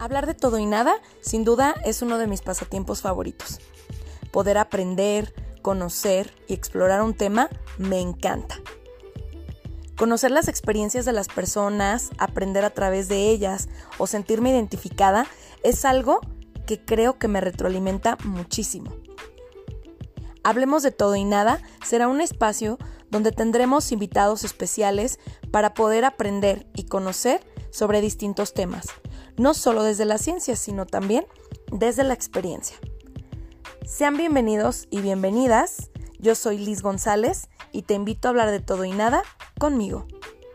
Hablar de todo y nada, sin duda, es uno de mis pasatiempos favoritos. Poder aprender, conocer y explorar un tema me encanta. Conocer las experiencias de las personas, aprender a través de ellas o sentirme identificada es algo que creo que me retroalimenta muchísimo. Hablemos de todo y nada será un espacio donde tendremos invitados especiales para poder aprender y conocer sobre distintos temas, no solo desde la ciencia, sino también desde la experiencia. Sean bienvenidos y bienvenidas, yo soy Liz González y te invito a hablar de todo y nada conmigo.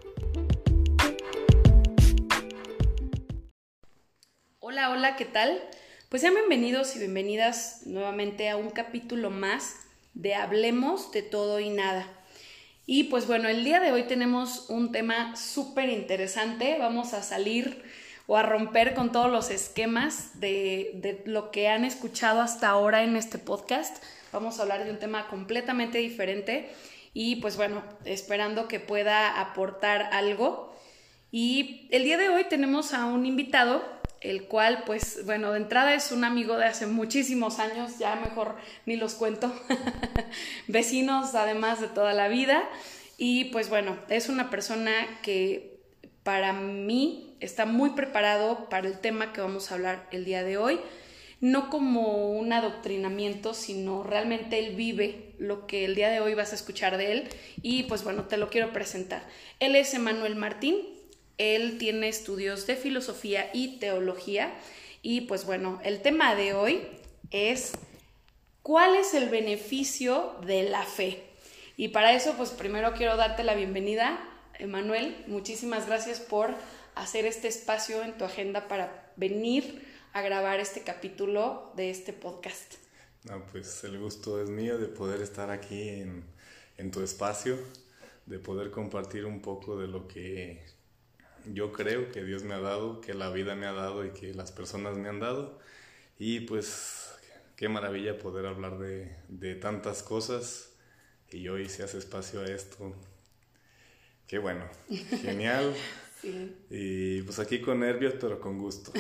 Hola, ¿qué tal? Pues sean bienvenidos y bienvenidas nuevamente a un capítulo más de Hablemos de todo y nada. Y pues bueno, el día de hoy tenemos un tema súper interesante. Vamos a salir o a romper con todos los esquemas de lo que han escuchado hasta ahora en este podcast. Vamos a hablar de un tema completamente diferente y pues bueno, esperando que pueda aportar algo. Y el día de hoy tenemos a un invitado, el cual pues bueno, de entrada es un amigo de hace muchísimos años, ya mejor ni los cuento, vecinos además de toda la vida. Y pues bueno, es una persona que para mí está muy preparado para el tema que vamos a hablar el día de hoy, no como un adoctrinamiento, sino realmente él vive lo que el día de hoy vas a escuchar de él y pues bueno, te lo quiero presentar. Él es Emanuel Martín, él tiene estudios de filosofía y teología y pues bueno, el tema de hoy es ¿cuál es el beneficio de la fe? Y para eso pues primero quiero darte la bienvenida, Emanuel, muchísimas gracias por hacer este espacio en tu agenda para venir a grabar este capítulo de este podcast. No, pues el gusto es mío de poder estar aquí en tu espacio, de poder compartir un poco de lo que yo creo que Dios me ha dado, que la vida me ha dado y que las personas me han dado. Y pues qué maravilla poder hablar de tantas cosas y hoy se hace espacio a esto. Qué bueno, genial. Sí. Y pues aquí con nervios, pero con gusto.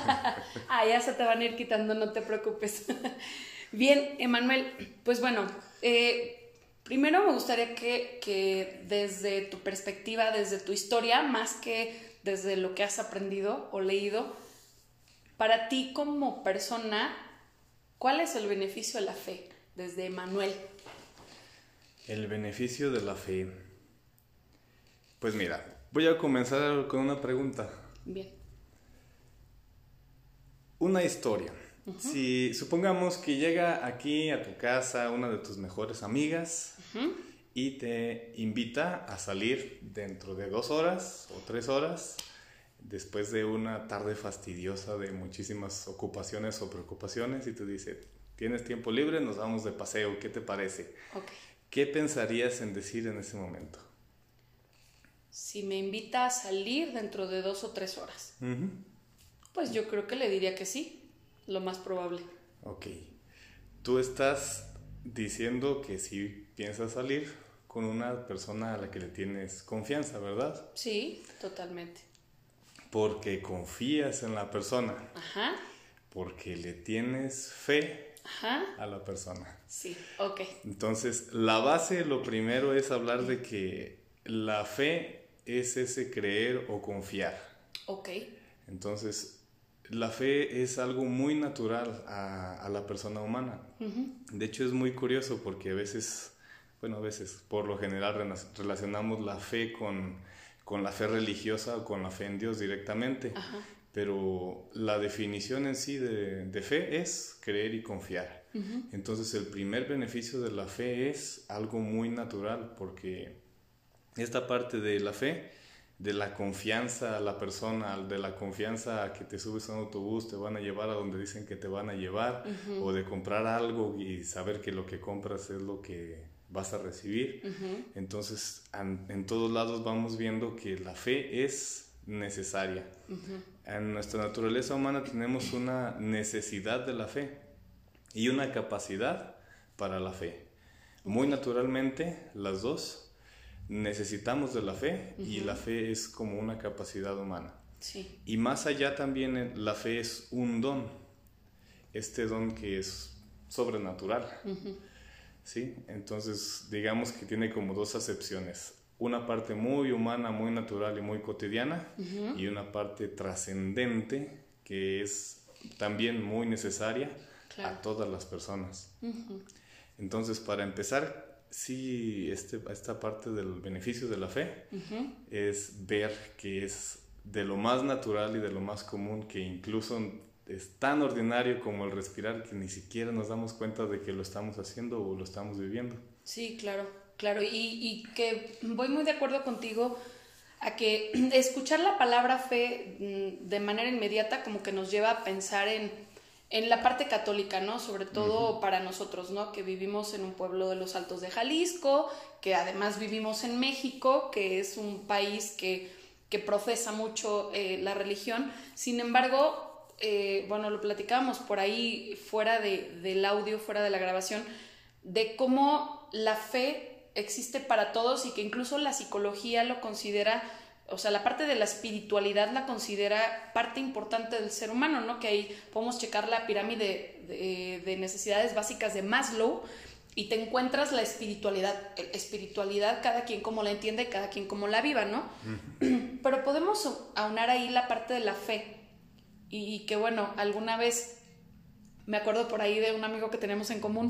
Ya se te van a ir quitando, no te preocupes. Bien, Emanuel, pues bueno, primero me gustaría que desde tu perspectiva, desde tu historia, más que desde lo que has aprendido o leído, para ti como persona, ¿cuál es el beneficio de la fe? Desde Emanuel. El beneficio de la fe. Pues mira, voy a comenzar con una pregunta. Bien. Una historia. Uh-huh. Si supongamos que llega aquí a tu casa una de tus mejores amigas, uh-huh, y te invita a salir dentro de 2 horas o 3 horas, después de una tarde fastidiosa de muchísimas ocupaciones o preocupaciones, y te dice, ¿tienes tiempo libre? Nos vamos de paseo, ¿qué te parece? Okay. ¿Qué pensarías en decir en ese momento? Si me invita a salir dentro de 2 o 3 horas, uh-huh, pues yo creo que le diría que sí, lo más probable. Ok. Tú estás diciendo que sí piensas salir con una persona a la que le tienes confianza, ¿verdad? Sí, totalmente. Porque confías en la persona. Ajá. Porque le tienes fe, ajá, a la persona. Sí, ok. Entonces, la base, lo primero es hablar de que la fe es ese creer o confiar. Ok. Entonces, la fe es algo muy natural a la persona humana. Uh-huh. De hecho, es muy curioso porque a veces, por lo general relacionamos la fe con la fe religiosa o con la fe en Dios directamente. Ajá. Pero la definición en sí de fe es creer y confiar. Uh-huh. Entonces, el primer beneficio de la fe es algo muy natural porque esta parte de la fe, de la confianza a la persona, de la confianza a que te subes a un autobús, te van a llevar a donde dicen que te van a llevar, uh-huh, o de comprar algo y saber que lo que compras es lo que vas a recibir. Uh-huh. Entonces, en todos lados vamos viendo que la fe es necesaria. Uh-huh. En nuestra naturaleza humana tenemos una necesidad de la fe y una capacidad para la fe. Muy naturalmente, las dos necesitamos de la fe, uh-huh, y la fe es como una capacidad humana. Sí. Y más allá también la fe es un don, este don que es sobrenatural. ¿Sí? Entonces, digamos que tiene como dos acepciones. Una parte muy humana, muy natural y muy cotidiana, y una parte trascendente que es también muy necesaria a todas las personas. Entonces, para empezar, sí, esta parte del beneficio de la fe es ver que es de lo más natural y de lo más común, que incluso es tan ordinario como el respirar que ni siquiera nos damos cuenta de que lo estamos haciendo o lo estamos viviendo. Sí, claro, claro. Y que voy muy de acuerdo contigo a que escuchar la palabra fe de manera inmediata como que nos lleva a pensar en la parte católica, ¿no? Sobre todo para nosotros, ¿no? Que vivimos en un pueblo de los Altos de Jalisco, que además vivimos en México, que es un país que profesa mucho la religión. Sin embargo, bueno, lo platicábamos por ahí fuera del audio, fuera de la grabación, de cómo la fe existe para todos y que incluso la psicología lo considera, o sea, la parte de la espiritualidad la considera parte importante del ser humano, ¿no? Que ahí podemos checar la pirámide de necesidades básicas de Maslow y te encuentras la espiritualidad. Espiritualidad, cada quien como la entiende, cada quien como la viva, ¿no? Pero podemos aunar ahí la parte de la fe. Y que bueno, alguna vez me acuerdo por ahí de un amigo que tenemos en común,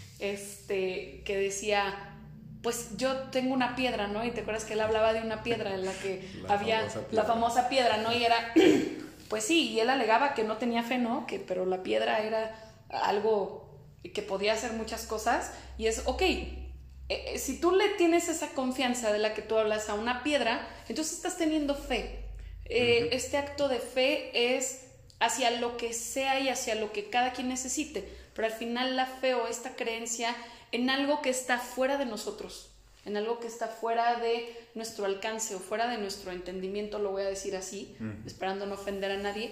que decía, pues yo tengo una piedra, ¿no? Y te acuerdas que él hablaba de una piedra en la que había la famosa piedra, ¿no? Y era, pues sí, y él alegaba que no tenía fe, ¿no? Pero la piedra era algo que podía hacer muchas cosas. Y es, ok, si tú le tienes esa confianza de la que tú hablas a una piedra, entonces estás teniendo fe. Este acto de fe es hacia lo que sea y hacia lo que cada quien necesite, pero al final la fe o esta creencia en algo que está fuera de nosotros, en algo que está fuera de nuestro alcance o fuera de nuestro entendimiento, lo voy a decir así, esperando no ofender a nadie,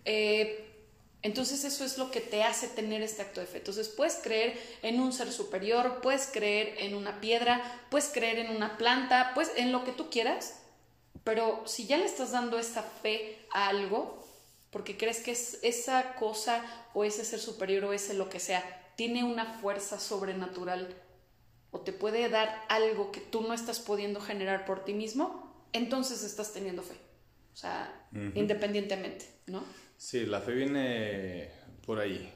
entonces eso es lo que te hace tener este acto de fe. Entonces puedes creer en un ser superior, puedes creer en una piedra, puedes creer en una planta, pues en lo que tú quieras, pero si ya le estás dando esta fe a algo, porque crees que es esa cosa o ese ser superior o ese lo que sea, tiene una fuerza sobrenatural o te puede dar algo que tú no estás pudiendo generar por ti mismo, entonces estás teniendo fe. O sea, independientemente, ¿no? Sí, la fe viene por ahí.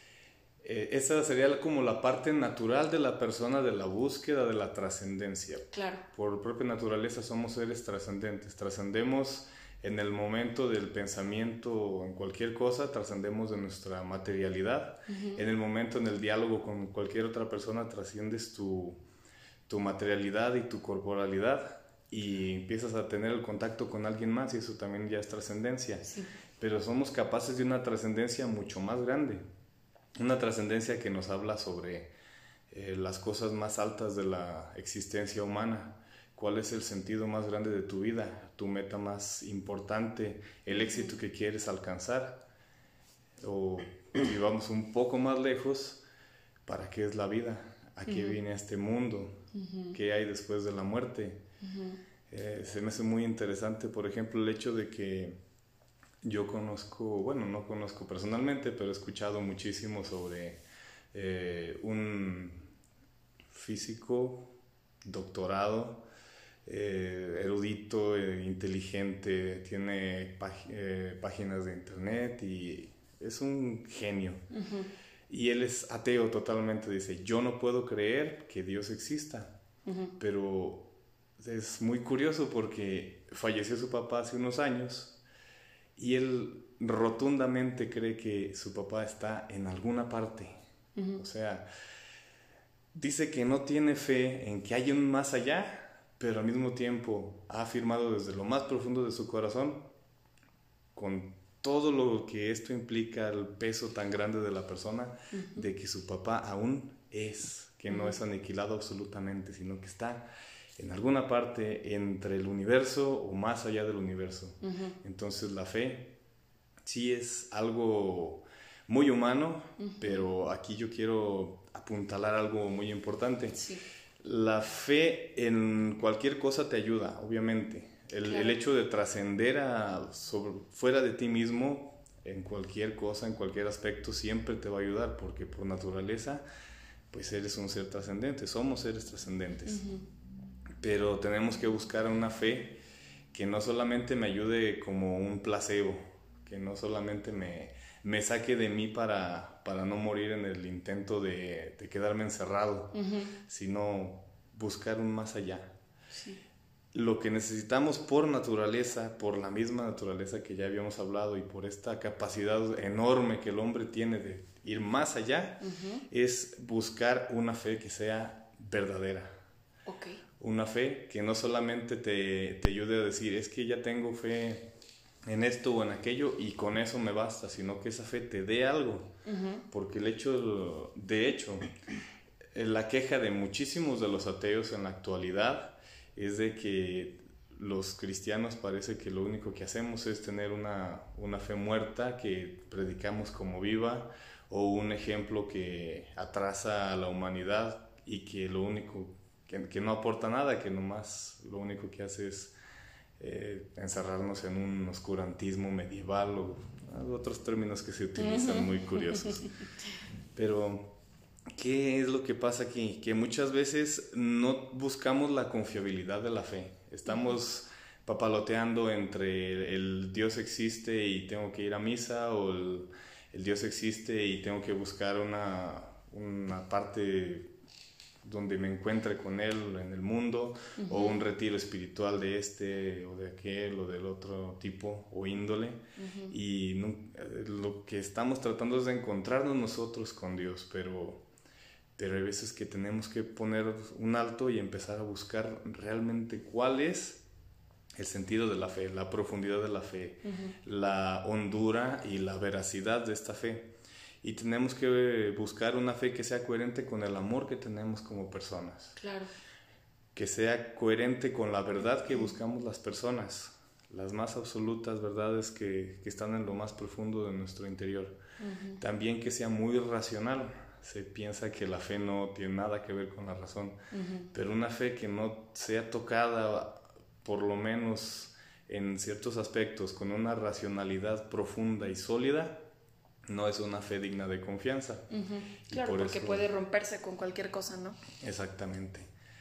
Esa sería como la parte natural de la persona, de la búsqueda de la trascendencia. Claro. Por propia naturaleza somos seres trascendentes. Trascendemos en el momento del pensamiento o en cualquier cosa, trascendemos de nuestra materialidad. En el momento, en el diálogo con cualquier otra persona, trasciendes tu materialidad y tu corporalidad y empiezas a tener el contacto con alguien más y eso también ya es trascendencia. Sí. Pero somos capaces de una trascendencia mucho más grande. Una trascendencia que nos habla sobre las cosas más altas de la existencia humana. ¿Cuál es el sentido más grande de tu vida? Tu meta más importante, el éxito que quieres alcanzar. O si vamos un poco más lejos, ¿para qué es la vida? ¿A qué viene este mundo? ¿Qué hay después de la muerte? Se me hace muy interesante, por ejemplo, el hecho de que yo conozco, bueno, no conozco personalmente, pero he escuchado muchísimo sobre un físico, doctorado, erudito, inteligente, tiene páginas de internet y es un genio. Y él es ateo totalmente, dice, yo no puedo creer que Dios exista, pero es muy curioso porque falleció su papá hace unos años y él rotundamente cree que su papá está en alguna parte. O sea, dice que no tiene fe en que haya un más allá, pero al mismo tiempo ha afirmado desde lo más profundo de su corazón, con todo lo que esto implica, el peso tan grande de la persona, de que su papá aún es, que no es aniquilado absolutamente, sino que está en alguna parte entre el universo o más allá del universo. Entonces la fe sí es algo muy humano, pero aquí yo quiero apuntalar algo muy importante. Sí. La fe en cualquier cosa te ayuda, obviamente. El hecho de trascender fuera de ti mismo en cualquier cosa, en cualquier aspecto, siempre te va a ayudar, porque por naturaleza, pues eres un ser trascendente, somos seres trascendentes. Pero tenemos que buscar una fe que no solamente me ayude como un placebo, que no solamente me saque de mí para no morir en el intento de quedarme encerrado, sino buscar un más allá. Sí. Lo que necesitamos por naturaleza, por la misma naturaleza que ya habíamos hablado y por esta capacidad enorme que el hombre tiene de ir más allá, es buscar una fe que sea verdadera. Okay. Una fe que no solamente te ayude a decir, es que ya tengo fe en esto o en aquello y con eso me basta, sino que esa fe te dé algo. Porque de hecho, la queja de muchísimos de los ateos en la actualidad es de que los cristianos parece que lo único que hacemos es tener una fe muerta que predicamos como viva, o un ejemplo que atrasa a la humanidad y que lo único que no aporta nada, que nomás lo único que hace es encerrarnos en un oscurantismo medieval o otros términos que se utilizan muy curiosos. Pero ¿qué es lo que pasa aquí? Que muchas veces no buscamos la confiabilidad de la fe. Estamos papaloteando entre el Dios existe y tengo que ir a misa, o el Dios existe y tengo que buscar una parte donde me encuentre con Él en el mundo, o un retiro espiritual de este o de aquel o del otro tipo o índole. Y lo que estamos tratando es de encontrarnos nosotros con Dios, pero hay veces que tenemos que poner un alto y empezar a buscar realmente cuál es el sentido de la fe, la profundidad de la fe, la hondura y la veracidad de esta fe. Y tenemos que buscar una fe que sea coherente con el amor que tenemos como personas. Claro. Que sea coherente con la verdad que buscamos las personas, las más absolutas verdades que están en lo más profundo de nuestro interior. También que sea muy racional. Se piensa que la fe no tiene nada que ver con la razón, pero una fe que no sea tocada, por lo menos en ciertos aspectos, con una racionalidad profunda y sólida, no es una fe digna de confianza. Claro, porque puede romperse con cualquier cosa, ¿no? Exactamente.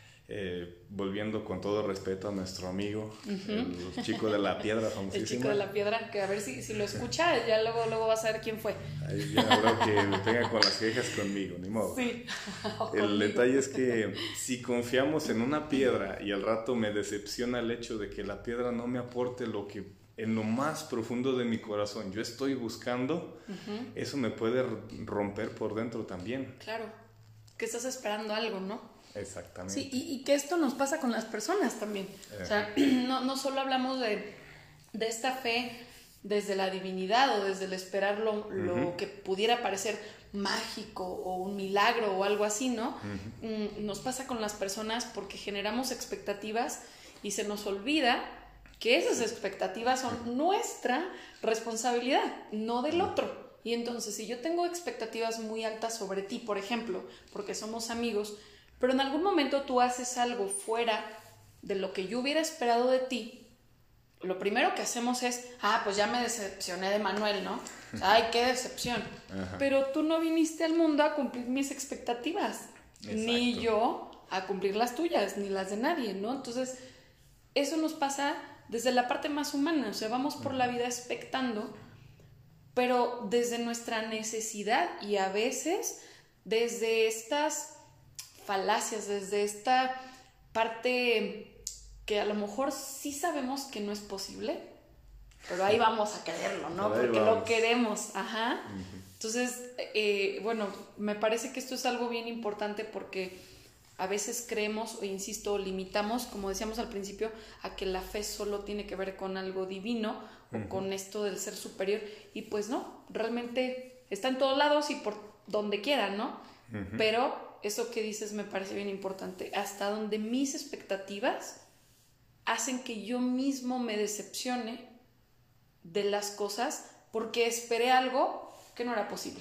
Volviendo con todo respeto a nuestro amigo, el chico de la piedra famosísimo. El chico de la piedra, que a ver si lo escucha, ya luego vas a ver quién fue. Ahí ya habrá que me tenga con las quejas conmigo, ni modo. Sí. El detalle es que si confiamos en una piedra y al rato me decepciona el hecho de que la piedra no me aporte lo que en lo más profundo de mi corazón yo estoy buscando, eso me puede romper por dentro también. Claro, que estás esperando algo, ¿no? Exactamente. Sí, y que esto nos pasa con las personas también. O sea, no solo hablamos de esta fe desde la divinidad o desde el esperar lo que pudiera parecer mágico o un milagro o algo así, ¿no? Nos pasa con las personas porque generamos expectativas y se nos olvida que esas expectativas son nuestra responsabilidad, no del otro. Y entonces, si yo tengo expectativas muy altas sobre ti, por ejemplo, porque somos amigos, pero en algún momento tú haces algo fuera de lo que yo hubiera esperado de ti, lo primero que hacemos es, pues ya me decepcioné de Manuel, ¿no? Ay, qué decepción. Pero tú no viniste al mundo a cumplir mis expectativas, ni yo a cumplir las tuyas, ni las de nadie, ¿no? Entonces, eso nos pasa desde la parte más humana, o sea, vamos por la vida expectando, pero desde nuestra necesidad y a veces desde estas falacias, desde esta parte que a lo mejor sí sabemos que no es posible, pero ahí vamos a quererlo, ¿no? Porque lo queremos, Entonces, bueno, me parece que esto es algo bien importante porque a veces creemos, o insisto, limitamos, como decíamos al principio, a que la fe solo tiene que ver con algo divino o con esto del ser superior, y pues no, realmente está en todos lados y por donde quiera, ¿no? Pero eso que dices me parece bien importante, hasta donde mis expectativas hacen que yo mismo me decepcione de las cosas porque esperé algo que no era posible,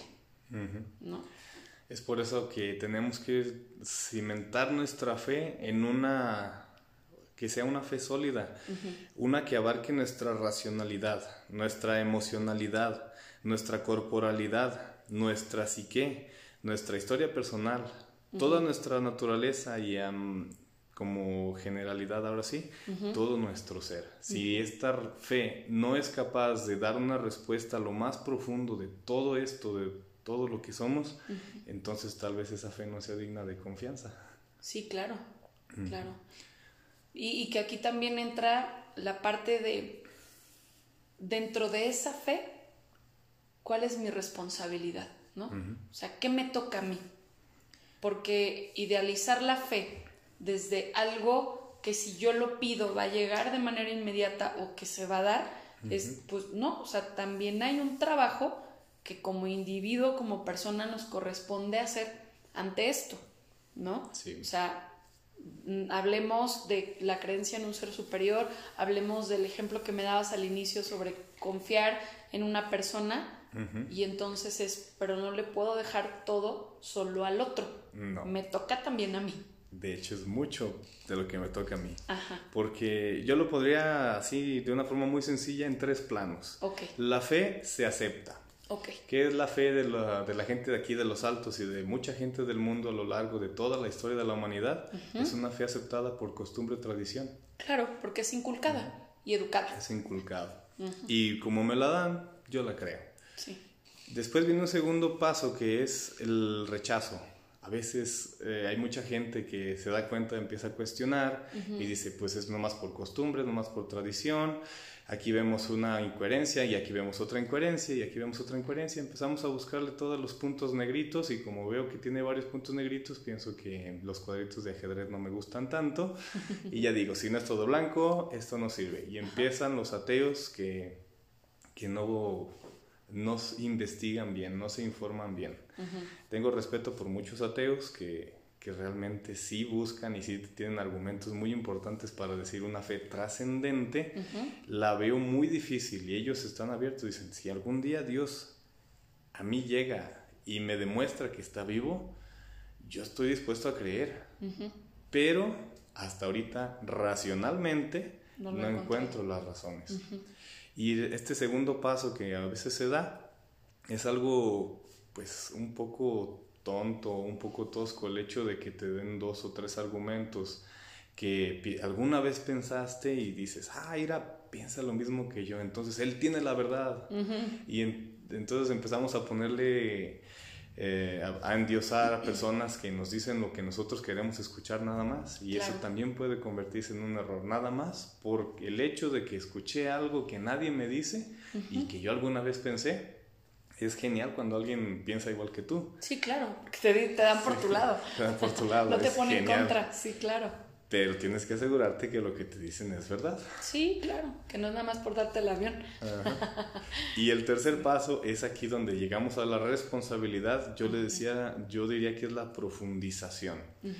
¿no? Es por eso que tenemos que cimentar nuestra fe en una que sea una fe sólida, una que abarque nuestra racionalidad, nuestra emocionalidad, nuestra corporalidad, nuestra psique, nuestra historia personal, toda nuestra naturaleza y como generalidad ahora sí, todo nuestro ser. Si esta fe no es capaz de dar una respuesta a lo más profundo de todo esto, de todo lo que somos, entonces tal vez esa fe no sea digna de confianza. Sí, claro, claro. Y que aquí también entra la parte de, dentro de esa fe, ¿cuál es mi responsabilidad? ¿No? O sea, ¿qué me toca a mí? Porque idealizar la fe desde algo que si yo lo pido va a llegar de manera inmediata o que se va a dar, pues no, o sea, también hay un trabajo que como individuo, como persona nos corresponde hacer ante esto, ¿no? Sí. O sea, hablemos de la creencia en un ser superior, hablemos del ejemplo que me dabas al inicio sobre confiar en una persona, y entonces pero no le puedo dejar todo solo al otro, No. Me toca también a mí. De hecho, es mucho de lo que me toca a mí. Ajá. Porque yo lo podría así, de una forma muy sencilla, en 3 planos. Okay. La fe se acepta. Okay. ¿Qué es la fe de la gente de aquí de Los Altos y de mucha gente del mundo a lo largo de toda la historia de la humanidad? Es una fe aceptada por costumbre y tradición. Claro, porque es inculcada y educada. Es inculcada. Y como me la dan, yo la creo. Sí. Después viene un segundo paso que es el rechazo. A veces hay mucha gente que se da cuenta, empieza a cuestionar y dice, pues es nomás por costumbre, nomás por tradición. Aquí vemos una incoherencia y aquí vemos otra incoherencia y aquí vemos otra incoherencia. Empezamos a buscarle todos los puntos negritos y como veo que tiene varios puntos negritos, pienso que los cuadritos de ajedrez no me gustan tanto. Y ya digo, si no es todo blanco, esto no sirve. Y empiezan los ateos que no investigan bien, no se informan bien. Tengo respeto por muchos ateos que realmente sí buscan y sí tienen argumentos muy importantes para decir una fe trascendente. La veo muy difícil y ellos están abiertos. Dicen, si algún día Dios a mí llega y me demuestra que está vivo, yo estoy dispuesto a creer. Pero hasta ahorita racionalmente no encuentro las razones. Y este segundo paso que a veces se da es algo pues un poco tonto, un poco tosco, el hecho de que te den 2 o 3 argumentos que alguna vez pensaste y dices, Ira piensa lo mismo que yo, entonces él tiene la verdad. Y entonces empezamos a ponerle, a endiosar a personas que nos dicen lo que nosotros queremos escuchar nada más, y eso también puede convertirse en un error, nada más por el hecho de que escuché algo que nadie me dice y que yo alguna vez pensé. Es genial cuando alguien piensa igual que tú. Sí, claro, porque te dan por tu lado. Te dan por tu lado. No te ponen en genial. contra, sí, claro. Pero tienes que asegurarte que lo que te dicen es verdad. Sí, claro, que no es nada más por darte el avión. Y el tercer paso es aquí donde llegamos a la responsabilidad. Yo diría que es la profundización.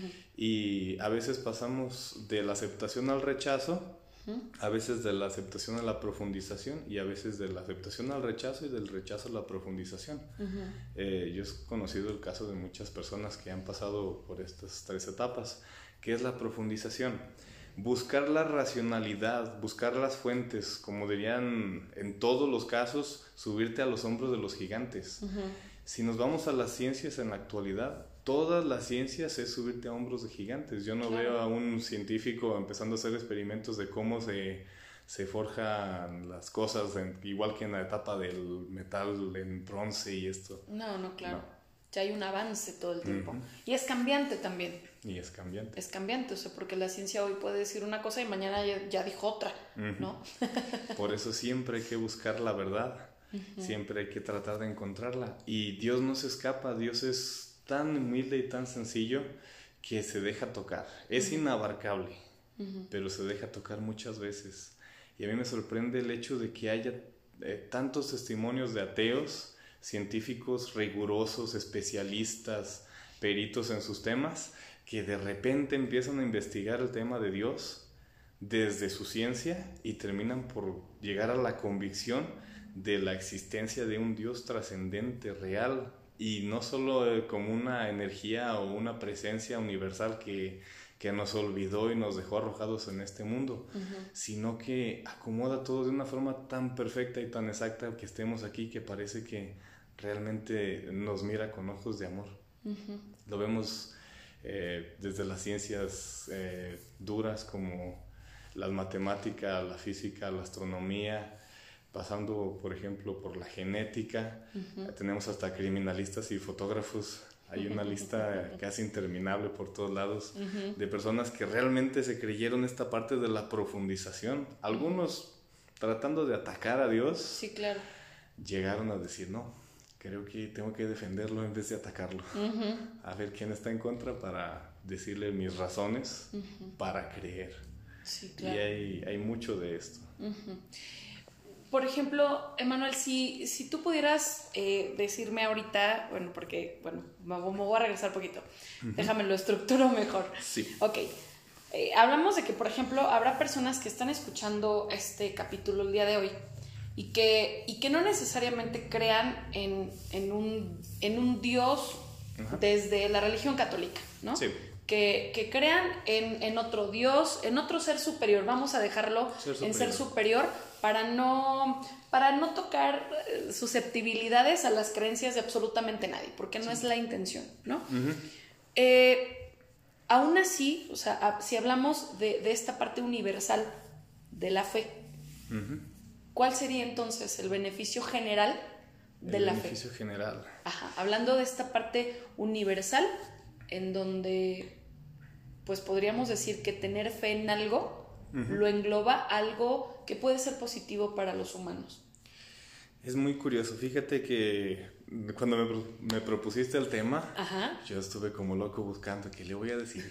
Y a veces pasamos de la aceptación al rechazo, a veces de la aceptación a la profundización y a veces de la aceptación al rechazo y del rechazo a la profundización. Yo he conocido el caso de muchas personas que han pasado por estas 3 etapas. ¿Qué es la profundización? Buscar la racionalidad, buscar las fuentes, como dirían en todos los casos, subirte a los hombros de los gigantes. Si nos vamos a las ciencias en la actualidad, todas las ciencias es subirte a hombros de gigantes. Yo no veo a un científico empezando a hacer experimentos de cómo se forjan las cosas, igual que en la etapa del metal en bronce y esto. No, claro. No. Ya hay un avance todo el tiempo. Y es cambiante también. Y es cambiante. Es cambiante, o sea, porque la ciencia hoy puede decir una cosa y mañana ya dijo otra, ¿no? Por eso siempre hay que buscar la verdad. Siempre hay que tratar de encontrarla. Y Dios no se escapa. Dios es tan humilde y tan sencillo que se deja tocar. Es inabarcable, pero se deja tocar muchas veces. Y a mí me sorprende el hecho de que haya tantos testimonios de ateos, científicos rigurosos, especialistas, peritos en sus temas, que de repente empiezan a investigar el tema de Dios desde su ciencia y terminan por llegar a la convicción de la existencia de un Dios trascendente, real, y no solo como una energía o una presencia universal que que nos olvidó y nos dejó arrojados en este mundo, sino que acomoda todo de una forma tan perfecta y tan exacta que estemos aquí, que parece que realmente nos mira con ojos de amor. Lo vemos desde las ciencias duras como las matemáticas, la física, la astronomía, pasando, por ejemplo, por la genética. Tenemos hasta criminalistas y fotógrafos. Hay una lista casi interminable por todos lados de personas que realmente se creyeron esta parte de la profundización. Algunos tratando de atacar a Dios, Sí, claro. llegaron a decir, no, creo que tengo que defenderlo en vez de atacarlo. A ver quién está en contra para decirle mis razones para creer. Sí, claro. Y hay mucho de esto. Por ejemplo, Emanuel, si tú pudieras decirme ahorita, bueno, porque, bueno, me voy a regresar un poquito, déjame lo estructuro mejor. Sí. Ok, hablamos de que, por ejemplo, habrá personas que están escuchando este capítulo el día de hoy y que no necesariamente crean en un Dios desde la religión católica, ¿no? Sí. Que crean en otro Dios, en otro ser superior, vamos a dejarlo en ser superior para no tocar susceptibilidades a las creencias de absolutamente nadie, porque no es la intención, ¿no? Aún así, o sea, si hablamos de esta parte universal de la fe, ¿cuál sería entonces el beneficio general de la fe? El beneficio general. Ajá, hablando de esta parte universal, en donde pues podríamos decir que tener fe en algo lo engloba algo que puede ser positivo para los humanos. Es muy curioso, fíjate que cuando me propusiste el tema, yo estuve como loco buscando qué le voy a decir.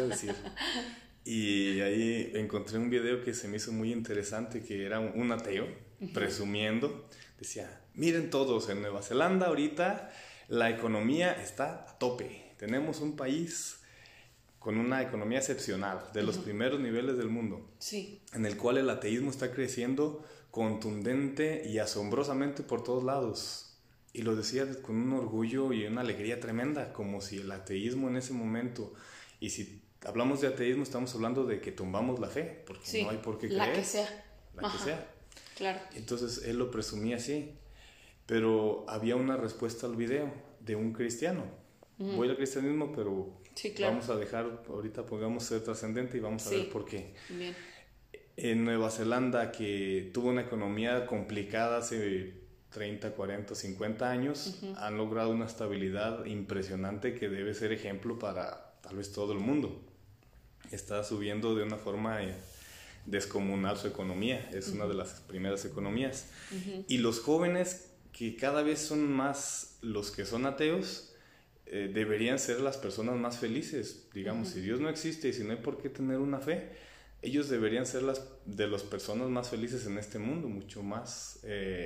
Y ahí encontré un video que se me hizo muy interesante, que era un ateo presumiendo, decía, miren todos, en Nueva Zelanda ahorita la economía está a tope, tenemos un país con una economía excepcional, de los primeros niveles del mundo, en el cual el ateísmo está creciendo contundente y asombrosamente por todos lados. Y lo decía con un orgullo y una alegría tremenda, como si el ateísmo en ese momento, y si hablamos de ateísmo estamos hablando de que tumbamos la fe, porque no hay por qué creer. La que sea. La que sea. Claro. Entonces él lo presumía así, pero había una respuesta al video de un cristiano. Voy al cristianismo, pero vamos a dejar, ahorita pongamos ser trascendente y vamos a ver por qué. Bien. En Nueva Zelanda, que tuvo una economía complicada hace 30, 40, 50 años, han logrado una estabilidad impresionante que debe ser ejemplo para tal vez todo el mundo. Está subiendo de una forma descomunal su economía, es una de las primeras economías. Y los jóvenes, que cada vez son más los que son ateos, deberían ser las personas más felices. Digamos, si Dios no existe y si no hay por qué tener una fe, ellos deberían ser las personas más felices en este mundo, mucho más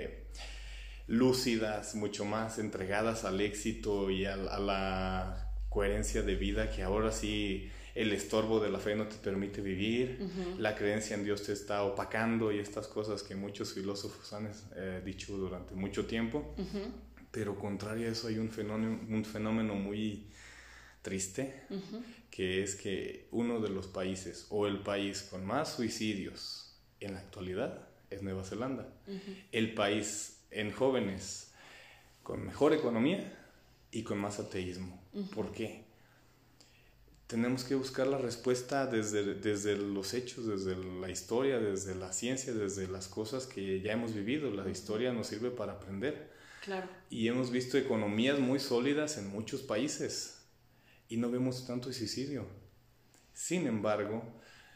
lúcidas, mucho más entregadas al éxito y a la coherencia de vida, que ahora sí el estorbo de la fe no te permite vivir, la creencia en Dios te está opacando y estas cosas que muchos filósofos han dicho durante mucho tiempo. Pero contrario a eso hay un fenómeno muy triste, que es que uno de los países o el país con más suicidios en la actualidad es Nueva Zelanda. El país en jóvenes con mejor economía y con más ateísmo. ¿Por qué? Tenemos que buscar la respuesta desde los hechos, desde la historia, desde la ciencia, desde las cosas que ya hemos vivido. La historia nos sirve para aprender. Claro. Y hemos visto economías muy sólidas en muchos países y no vemos tanto suicidio. Sin embargo,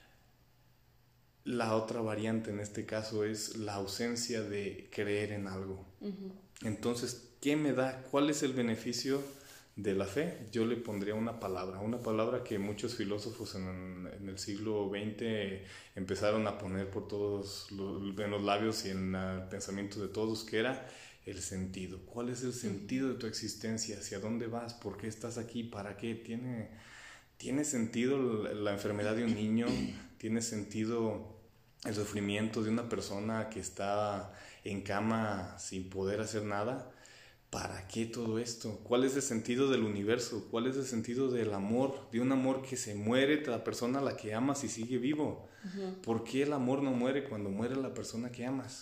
la otra variante en este caso es la ausencia de creer en algo. Entonces, ¿qué me da? ¿Cuál es el beneficio de la fe? Yo le pondría una palabra que muchos filósofos en el siglo XX empezaron a poner por todos en los labios y en el pensamiento de todos, que era el sentido. ¿Cuál es el sentido de tu existencia? ¿Hacia dónde vas? ¿Por qué estás aquí? ¿Para qué? ¿Tiene sentido la enfermedad de un niño? ¿Tiene sentido el sufrimiento de una persona que está en cama sin poder hacer nada? ¿para qué todo esto? ¿Cuál es el sentido del universo? ¿Cuál es el sentido del amor? De un amor que se muere la persona a la que amas y sigue vivo. ¿Por qué el amor no muere cuando muere la persona que amas?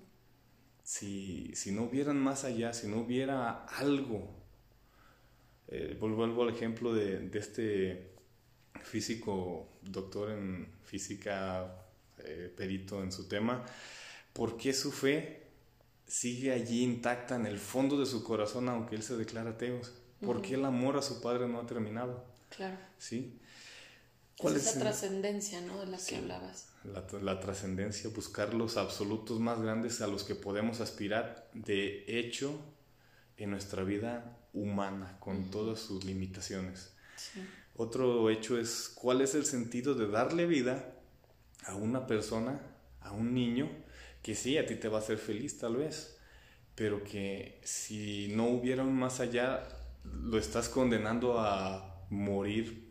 Si no hubieran más allá, si no hubiera algo. Vuelvo al ejemplo de este físico, doctor en física, perito en su tema. ¿Por qué su fe sigue allí intacta en el fondo de su corazón aunque él se declara ateo? ¿Por qué el amor a su padre no ha terminado? Claro. ¿Sí? ¿Cuál es esa trascendencia, ¿no?, de la que hablabas? La trascendencia, buscar los absolutos más grandes a los que podemos aspirar, de hecho, en nuestra vida humana, con todas sus limitaciones. Sí. Otro hecho es, ¿cuál es el sentido de darle vida a una persona, a un niño, que sí, a ti te va a hacer feliz tal vez, pero que si no hubiera un más allá, lo estás condenando a morir,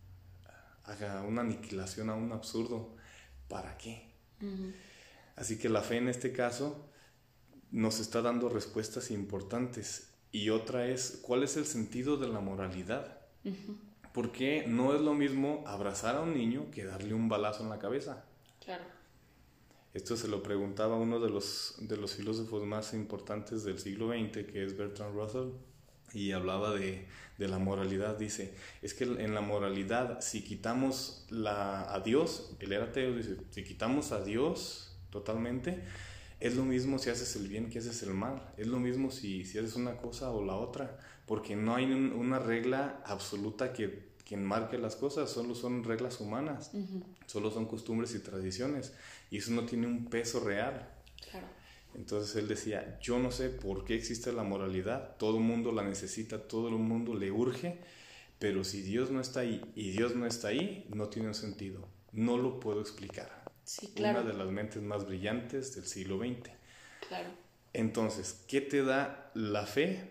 a una aniquilación, a un absurdo? ¿Para qué? Así que la fe en este caso nos está dando respuestas importantes. Y otra es, ¿cuál es el sentido de la moralidad? Porque no es lo mismo abrazar a un niño que darle un balazo en la cabeza. Claro. Esto se lo preguntaba uno de los filósofos más importantes del siglo XX, que es Bertrand Russell, y hablaba de la moralidad. Dice, es que en la moralidad, si quitamos a Dios, él era ateo, dice, si quitamos a Dios totalmente, es lo mismo si haces el bien que haces el mal, es lo mismo si haces una cosa o la otra, porque no hay una regla absoluta que enmarque las cosas, solo son reglas humanas, solo son costumbres y tradiciones, y eso no tiene un peso real. Claro. Entonces él decía, yo no sé por qué existe la moralidad, todo el mundo la necesita, todo el mundo le urge, pero si Dios no está ahí y Dios no está ahí, no tiene un sentido, no lo puedo explicar. Sí, claro. Una de las mentes más brillantes del siglo XX. Claro. Entonces, ¿qué te da la fe?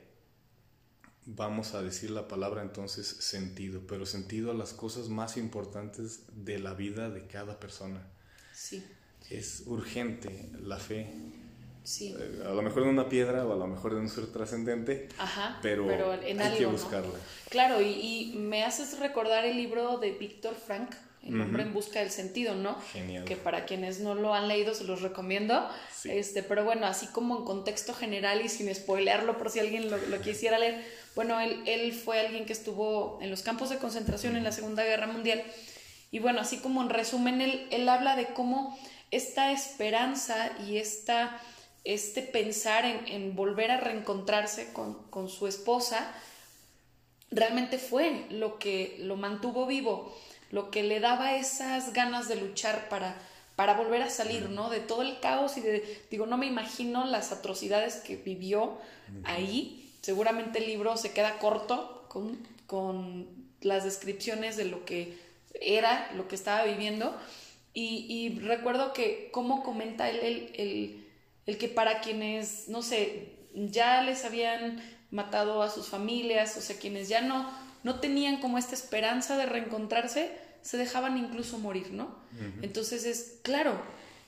Vamos a decir la palabra entonces sentido, pero sentido a las cosas más importantes de la vida de cada persona. Sí. Es urgente la fe. Sí. A lo mejor en una piedra o a lo mejor en un ser trascendente, pero en hay algo, que buscarla. ¿No? Claro, y me haces recordar el libro de Víctor Frank, El hombre en busca del sentido, ¿no? Genial. Que para quienes no lo han leído se los recomiendo. Sí. Pero bueno, así como en contexto general y sin spoilearlo por si alguien lo quisiera leer, bueno, él fue alguien que estuvo en los campos de concentración en la Segunda Guerra Mundial. Y bueno, así como en resumen, él habla de cómo esta esperanza y este pensar en volver a reencontrarse con su esposa realmente fue lo que lo mantuvo vivo, lo que le daba esas ganas de luchar para volver a salir, ¿no? De todo el caos y no me imagino las atrocidades que vivió ahí. Seguramente el libro se queda corto con las descripciones de lo que era, lo que estaba viviendo. Y recuerdo que cómo comenta él el que para quienes, no sé, ya les habían matado a sus familias, o sea, quienes ya no tenían como esta esperanza de reencontrarse, se dejaban incluso morir, ¿no? Entonces es, claro,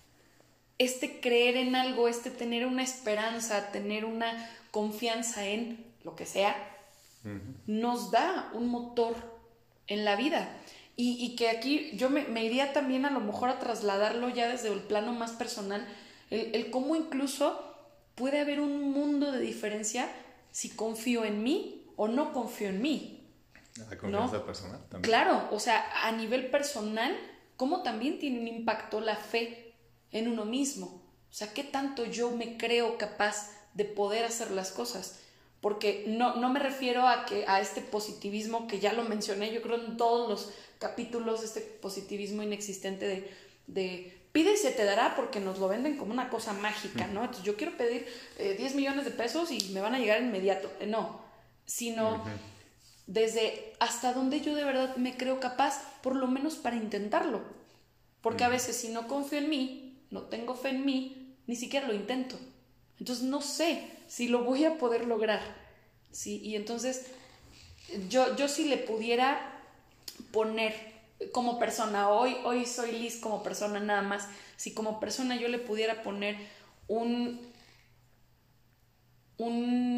creer en algo, tener una esperanza, tener una confianza en lo que sea, nos da un motor en la vida. Y que aquí yo me iría también a lo mejor a trasladarlo ya desde el plano más personal, el cómo incluso puede haber un mundo de diferencia si confío en mí o no confío en mí. La confianza personal también. Claro, o sea, a nivel personal, cómo también tiene un impacto la fe en uno mismo. O sea, qué tanto yo me creo capaz de poder hacer las cosas. Porque no me refiero a este positivismo que ya lo mencioné, yo creo en todos los capítulos, este positivismo inexistente de pide y se te dará, porque nos lo venden como una cosa mágica, ¿no? Entonces yo quiero pedir 10 millones de pesos y me van a llegar inmediato. No, sino desde hasta donde yo de verdad me creo capaz, por lo menos para intentarlo. Porque a veces si no confío en mí, no tengo fe en mí, ni siquiera lo intento. Entonces no sé si lo voy a poder lograr, ¿sí? Y entonces yo si le pudiera poner como persona, hoy soy Liz como persona nada más, si como persona yo le pudiera poner no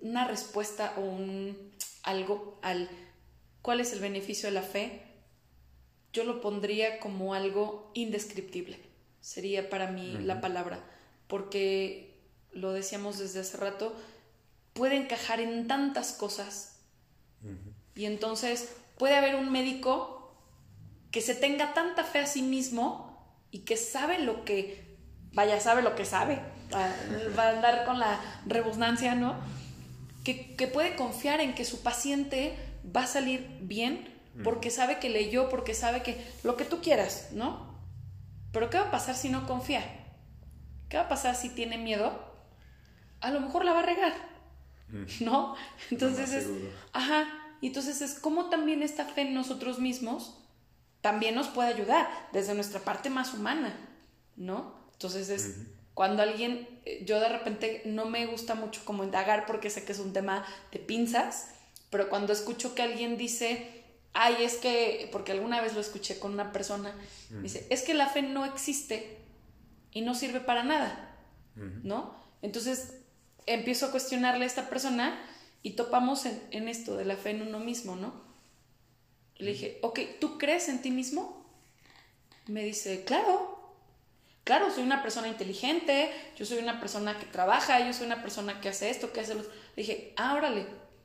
una respuesta o algo al cuál es el beneficio de la fe, yo lo pondría como algo indescriptible. Sería para mí la palabra, porque lo decíamos desde hace rato, puede encajar en tantas cosas. Y entonces puede haber un médico que se tenga tanta fe a sí mismo y que sabe lo que sabe, va a andar con la redundancia, ¿no? Que puede confiar en que su paciente va a salir bien porque sabe que leyó, porque sabe que lo que tú quieras, ¿no? Pero ¿qué va a pasar si no confía? ¿Qué va a pasar si tiene miedo? A lo mejor la va a regar, ¿no? Entonces y entonces es como también esta fe en nosotros mismos también nos puede ayudar desde nuestra parte más humana, ¿no? Entonces es cuando alguien, yo de repente no me gusta mucho como indagar porque sé que es un tema de pinzas, pero cuando escucho que alguien dice, ay, es que, porque alguna vez lo escuché con una persona, dice, es que la fe no existe y no sirve para nada, ¿no? Entonces empiezo a cuestionarle a esta persona y topamos en esto de la fe en uno mismo, ¿no? Y le dije, ok, ¿tú crees en ti mismo? Me dice, claro, soy una persona inteligente, yo soy una persona que trabaja, yo soy una persona que hace esto, que hace lo otro. Le dije, órale.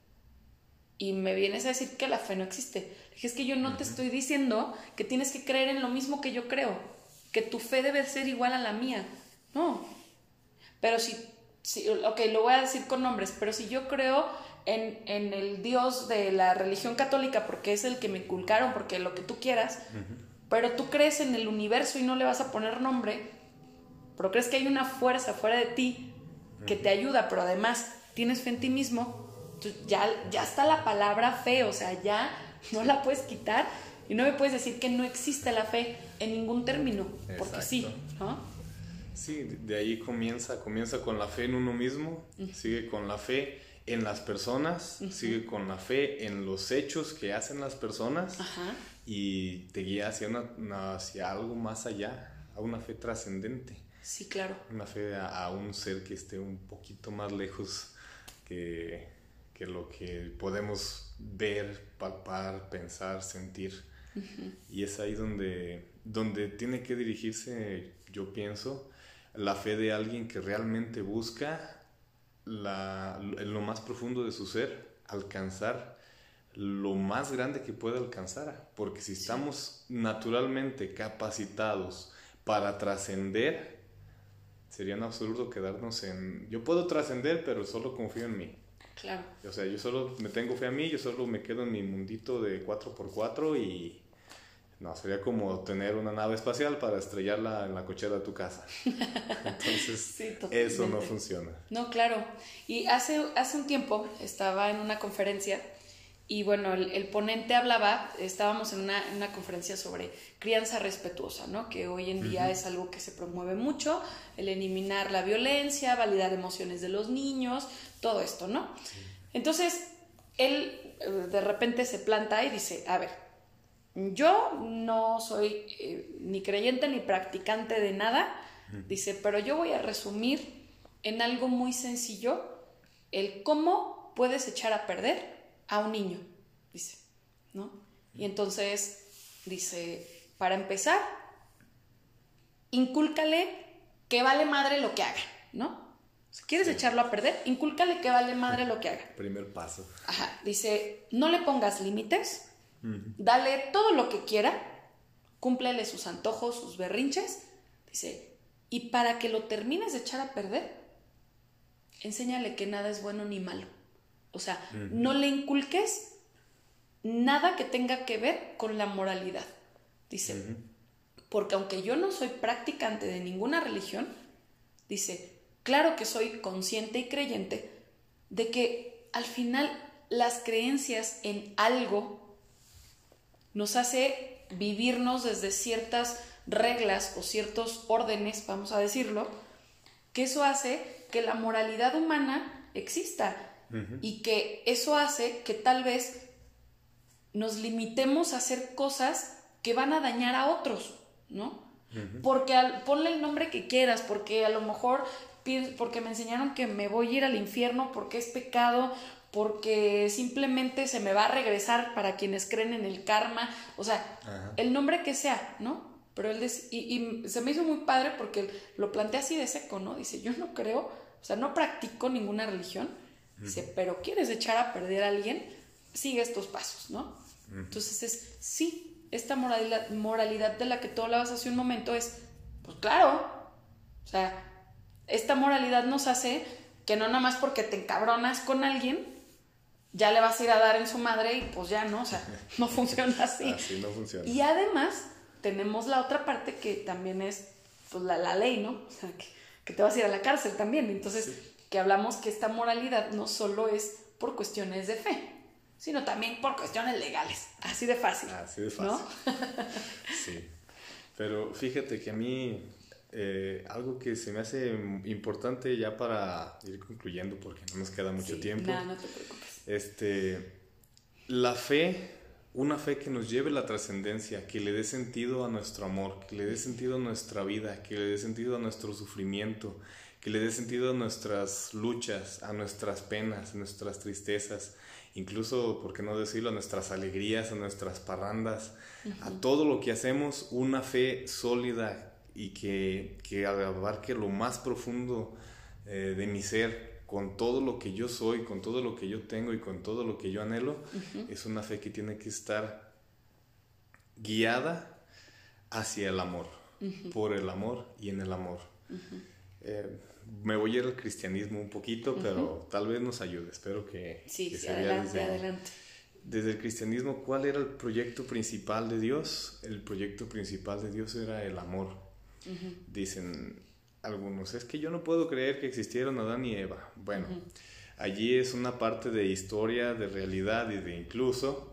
Y me vienes a decir que la fe no existe. Le dije, es que yo no te estoy diciendo que tienes que creer en lo mismo que yo creo, que tu fe debe ser igual a la mía. No. Pero si ok, lo voy a decir con nombres, pero si yo creo en el Dios de la religión católica porque es el que me inculcaron, porque lo que tú quieras, pero tú crees en el universo y no le vas a poner nombre, pero crees que hay una fuerza fuera de ti que te ayuda, pero además tienes fe en ti mismo, ya está la palabra fe, o sea, ya no la puedes quitar y no me puedes decir que no existe la fe en ningún término, porque sí, ¿no? Sí, de ahí comienza con la fe en uno mismo, sigue con la fe en las personas, sigue con la fe en los hechos que hacen las personas y te guía hacia algo más allá, a una fe trascendente. Sí, claro. Una fe a un ser que esté un poquito más lejos que lo que podemos ver, palpar, pensar, sentir. Y es ahí donde tiene que dirigirse, yo pienso, la fe de alguien que realmente busca en lo más profundo de su ser, alcanzar lo más grande que pueda alcanzar, porque si estamos naturalmente capacitados para trascender, sería un absurdo quedarnos en yo puedo trascender pero solo confío en mí. Claro. O sea, yo solo me tengo fe a mí, yo solo me quedo en mi mundito de 4x4 y no, sería como tener una nave espacial para estrellarla en la cochera de tu casa. Entonces, sí, eso no funciona. No, claro. Y hace un tiempo estaba en una conferencia y bueno, el ponente hablaba, estábamos en una conferencia sobre crianza respetuosa, ¿no? Que hoy en día es algo que se promueve mucho, el eliminar la violencia, validar emociones de los niños, todo esto, ¿no? Sí. Entonces, él de repente se planta y dice, a ver, yo no soy ni creyente ni practicante de nada, dice, pero yo voy a resumir en algo muy sencillo el cómo puedes echar a perder a un niño, dice, ¿no? Y entonces dice, para empezar, incúlcale que vale madre lo que haga, ¿no? Si quieres echarlo a perder, incúlcale que vale madre lo que haga. Primer paso. Dice, no le pongas límites, dale todo lo que quiera, cúmplele sus antojos, sus berrinches, dice, y para que lo termines de echar a perder, enséñale que nada es bueno ni malo. O sea, no le inculques nada que tenga que ver con la moralidad, dice, porque aunque yo no soy practicante de ninguna religión, dice, claro que soy consciente y creyente de que al final las creencias en algo nos hace vivirnos desde ciertas reglas o ciertos órdenes, vamos a decirlo, que eso hace que la moralidad humana exista y que eso hace que tal vez nos limitemos a hacer cosas que van a dañar a otros, ¿no? Porque ponle el nombre que quieras, porque a lo mejor porque me enseñaron que me voy a ir al infierno, porque es pecado, porque simplemente se me va a regresar para quienes creen en el karma, o sea, el nombre que sea, ¿no? Pero él y se me hizo muy padre porque lo plantea así de seco, ¿no? Dice, yo no creo, o sea, no practico ninguna religión, dice, pero quieres echar a perder a alguien, sigue estos pasos, ¿no? Entonces sí, esta moralidad de la que tú hablabas hace un momento es, pues claro, o sea, esta moralidad nos hace que no nada más porque te encabronas con alguien, ya le vas a ir a dar en su madre y pues ya no, o sea, no funciona así. Así no funciona. Y además tenemos la otra parte que también es pues la ley, ¿no? O sea, que te vas a ir a la cárcel también. Entonces, que hablamos que esta moralidad no solo es por cuestiones de fe, sino también por cuestiones legales. Así de fácil. Así de fácil. ¿No? Sí. Pero fíjate que a mí algo que se me hace importante ya para ir concluyendo, porque no nos queda mucho tiempo. No te preocupes. La fe, una fe que nos lleve a la trascendencia, que le dé sentido a nuestro amor, que le dé sentido a nuestra vida, que le dé sentido a nuestro sufrimiento, que le dé sentido a nuestras luchas, a nuestras penas, a nuestras tristezas, incluso, por qué no decirlo, a nuestras alegrías, a nuestras parrandas, a todo lo que hacemos, una fe sólida y que abarque lo más profundo de mi ser, con todo lo que yo soy, con todo lo que yo tengo y con todo lo que yo anhelo, es una fe que tiene que estar guiada hacia el amor, por el amor y en el amor. Me voy a ir al cristianismo un poquito, pero tal vez nos ayude, espero que se vea adelante. Desde el cristianismo. ¿Cuál era el proyecto principal de Dios? El proyecto principal de Dios era el amor. Dicen algunos, es que yo no puedo creer que existieron Adán y Eva. Bueno, allí es una parte de historia, de realidad y de incluso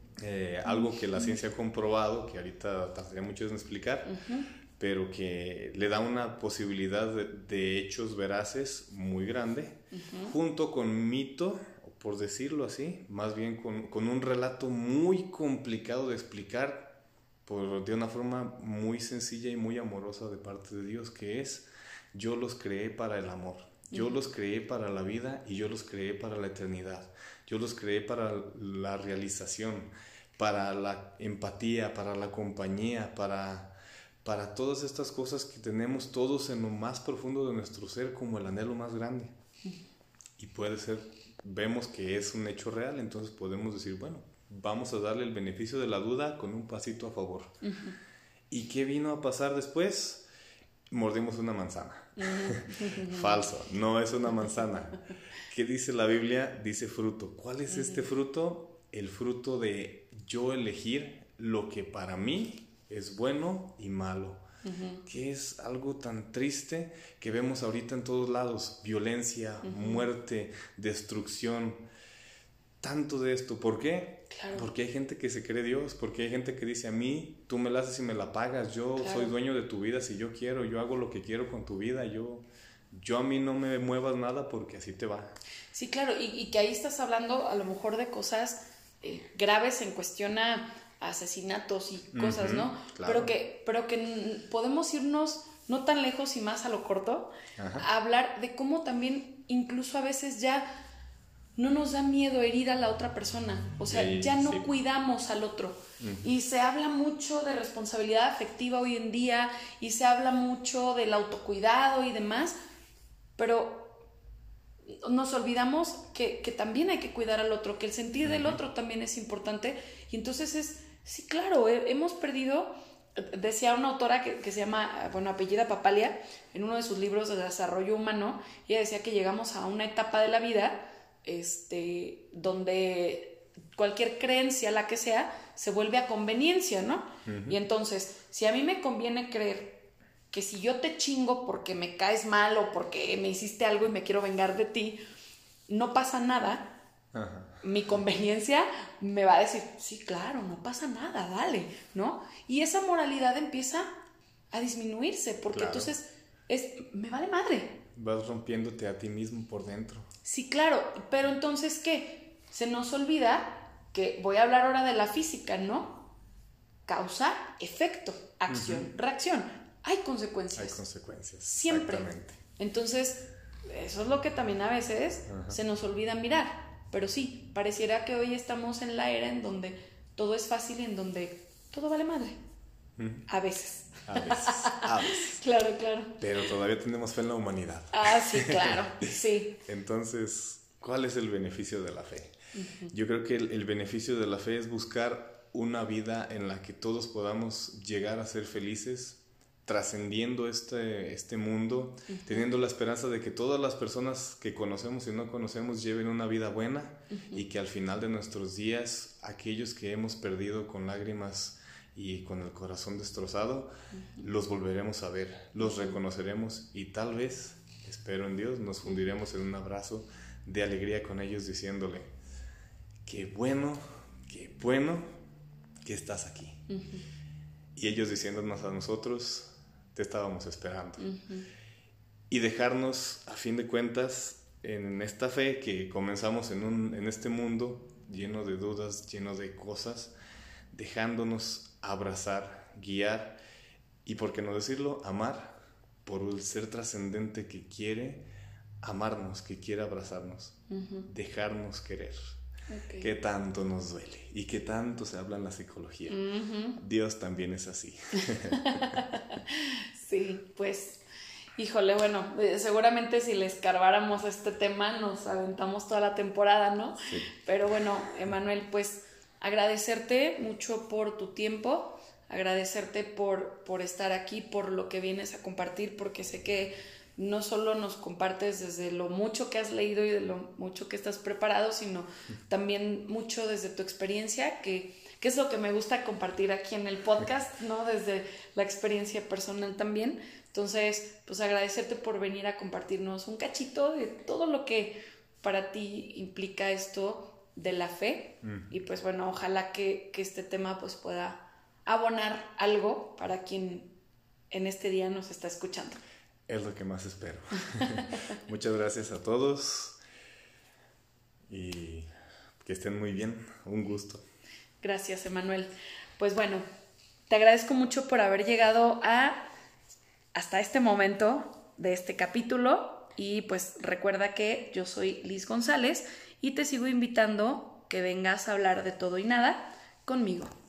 algo que la ciencia ha comprobado, que ahorita tardaría mucho en explicar, pero que le da una posibilidad de hechos veraces muy grande, junto con mito, por decirlo así, más bien con un relato muy complicado de explicar de una forma muy sencilla y muy amorosa de parte de Dios, que es: yo los creé para el amor, yo los creé para la vida y yo los creé para la eternidad, yo los creé para la realización, para la empatía, para la compañía, para todas estas cosas que tenemos todos en lo más profundo de nuestro ser como el anhelo más grande. Y puede ser, vemos que es un hecho real, entonces podemos decir, bueno, vamos a darle el beneficio de la duda con un pasito a favor. ¿Y qué vino a pasar después? Mordimos una manzana. Falso, no es una manzana. ¿Qué dice la Biblia? Dice fruto. ¿Cuál es este fruto? El fruto de yo elegir lo que para mí es bueno y malo. Que es algo tan triste que vemos ahorita en todos lados: violencia, muerte, destrucción, tanto de esto. ¿Por qué? Claro. Porque hay gente que se cree Dios, porque hay gente que dice: a mí tú me la haces y me la pagas, yo soy dueño de tu vida si yo quiero, yo hago lo que quiero con tu vida, yo a mí no me muevas nada porque así te va. Sí, claro, y que ahí estás hablando a lo mejor de cosas graves en cuestión a asesinatos y cosas, ¿no? Claro. Pero que podemos irnos no tan lejos y más a lo corto, a hablar de cómo también incluso a veces ya no nos da miedo herir a la otra persona, o sea, ya no cuidamos al otro. Y se habla mucho de responsabilidad afectiva hoy en día, y se habla mucho del autocuidado y demás, pero nos olvidamos que también hay que cuidar al otro, que el sentir del otro también es importante. Y entonces sí, claro, hemos perdido. Decía una autora que se llama, apellida Papalia, en uno de sus libros de desarrollo humano, ella decía que llegamos a una etapa de la vida donde cualquier creencia, la que sea, se vuelve a conveniencia, ¿no? Y entonces, si a mí me conviene creer que si yo te chingo porque me caes mal o porque me hiciste algo y me quiero vengar de ti, no pasa nada, mi conveniencia me va a decir, sí, claro, no pasa nada, dale, ¿no? Y esa moralidad empieza a disminuirse, porque entonces me vale madre. Vas rompiéndote a ti mismo por dentro. Sí, claro, pero entonces, ¿qué? Se nos olvida que voy a hablar ahora de la física, ¿no? Causa, efecto, acción, reacción. Hay consecuencias. Hay consecuencias. Siempre. Entonces, eso es lo que también a veces se nos olvida mirar. Pero sí, pareciera que hoy estamos en la era en donde todo es fácil y en donde todo vale madre. A veces. A veces. Claro. Pero todavía tenemos fe en la humanidad. Sí, claro, sí. Entonces, ¿cuál es el beneficio de la fe? Yo creo que el beneficio de la fe es buscar una vida en la que todos podamos llegar a ser felices, trascendiendo este mundo, teniendo la esperanza de que todas las personas que conocemos y no conocemos lleven una vida buena y que al final de nuestros días, aquellos que hemos perdido con lágrimas y con el corazón destrozado, los volveremos a ver, los reconoceremos y tal vez, espero en Dios, nos fundiremos en un abrazo de alegría con ellos diciéndole: qué bueno que estás aquí. Y ellos diciéndonos a nosotros: te estábamos esperando. Y dejarnos, a fin de cuentas, en esta fe que comenzamos en este mundo lleno de dudas, lleno de cosas, dejándonos abrazar, guiar y, por qué no decirlo, amar por el ser trascendente que quiere amarnos, que quiere abrazarnos, dejarnos querer. Okay. Qué tanto nos duele y qué tanto se habla en la psicología. Dios también es así. Sí, pues, híjole, bueno, seguramente si le escarbáramos este tema nos aventamos toda la temporada, ¿no? Sí. Pero bueno, Emanuel, pues agradecerte mucho por tu tiempo, agradecerte por estar aquí, por lo que vienes a compartir, porque sé que no solo nos compartes desde lo mucho que has leído y de lo mucho que estás preparado, sino también mucho desde tu experiencia, que es lo que me gusta compartir aquí en el podcast, ¿no? Desde la experiencia personal también. Entonces, pues agradecerte por venir a compartirnos un cachito de todo lo que para ti implica esto de la fe. Y pues bueno, ojalá que este tema pues pueda abonar algo para quien en este día nos está escuchando. Es lo que más espero. Muchas gracias a todos y que estén muy bien. Un gusto. Gracias, Emanuel. Pues bueno, te agradezco mucho por haber llegado hasta este momento de este capítulo y pues recuerda que yo soy Liz González y te sigo invitando que vengas a hablar de todo y nada conmigo.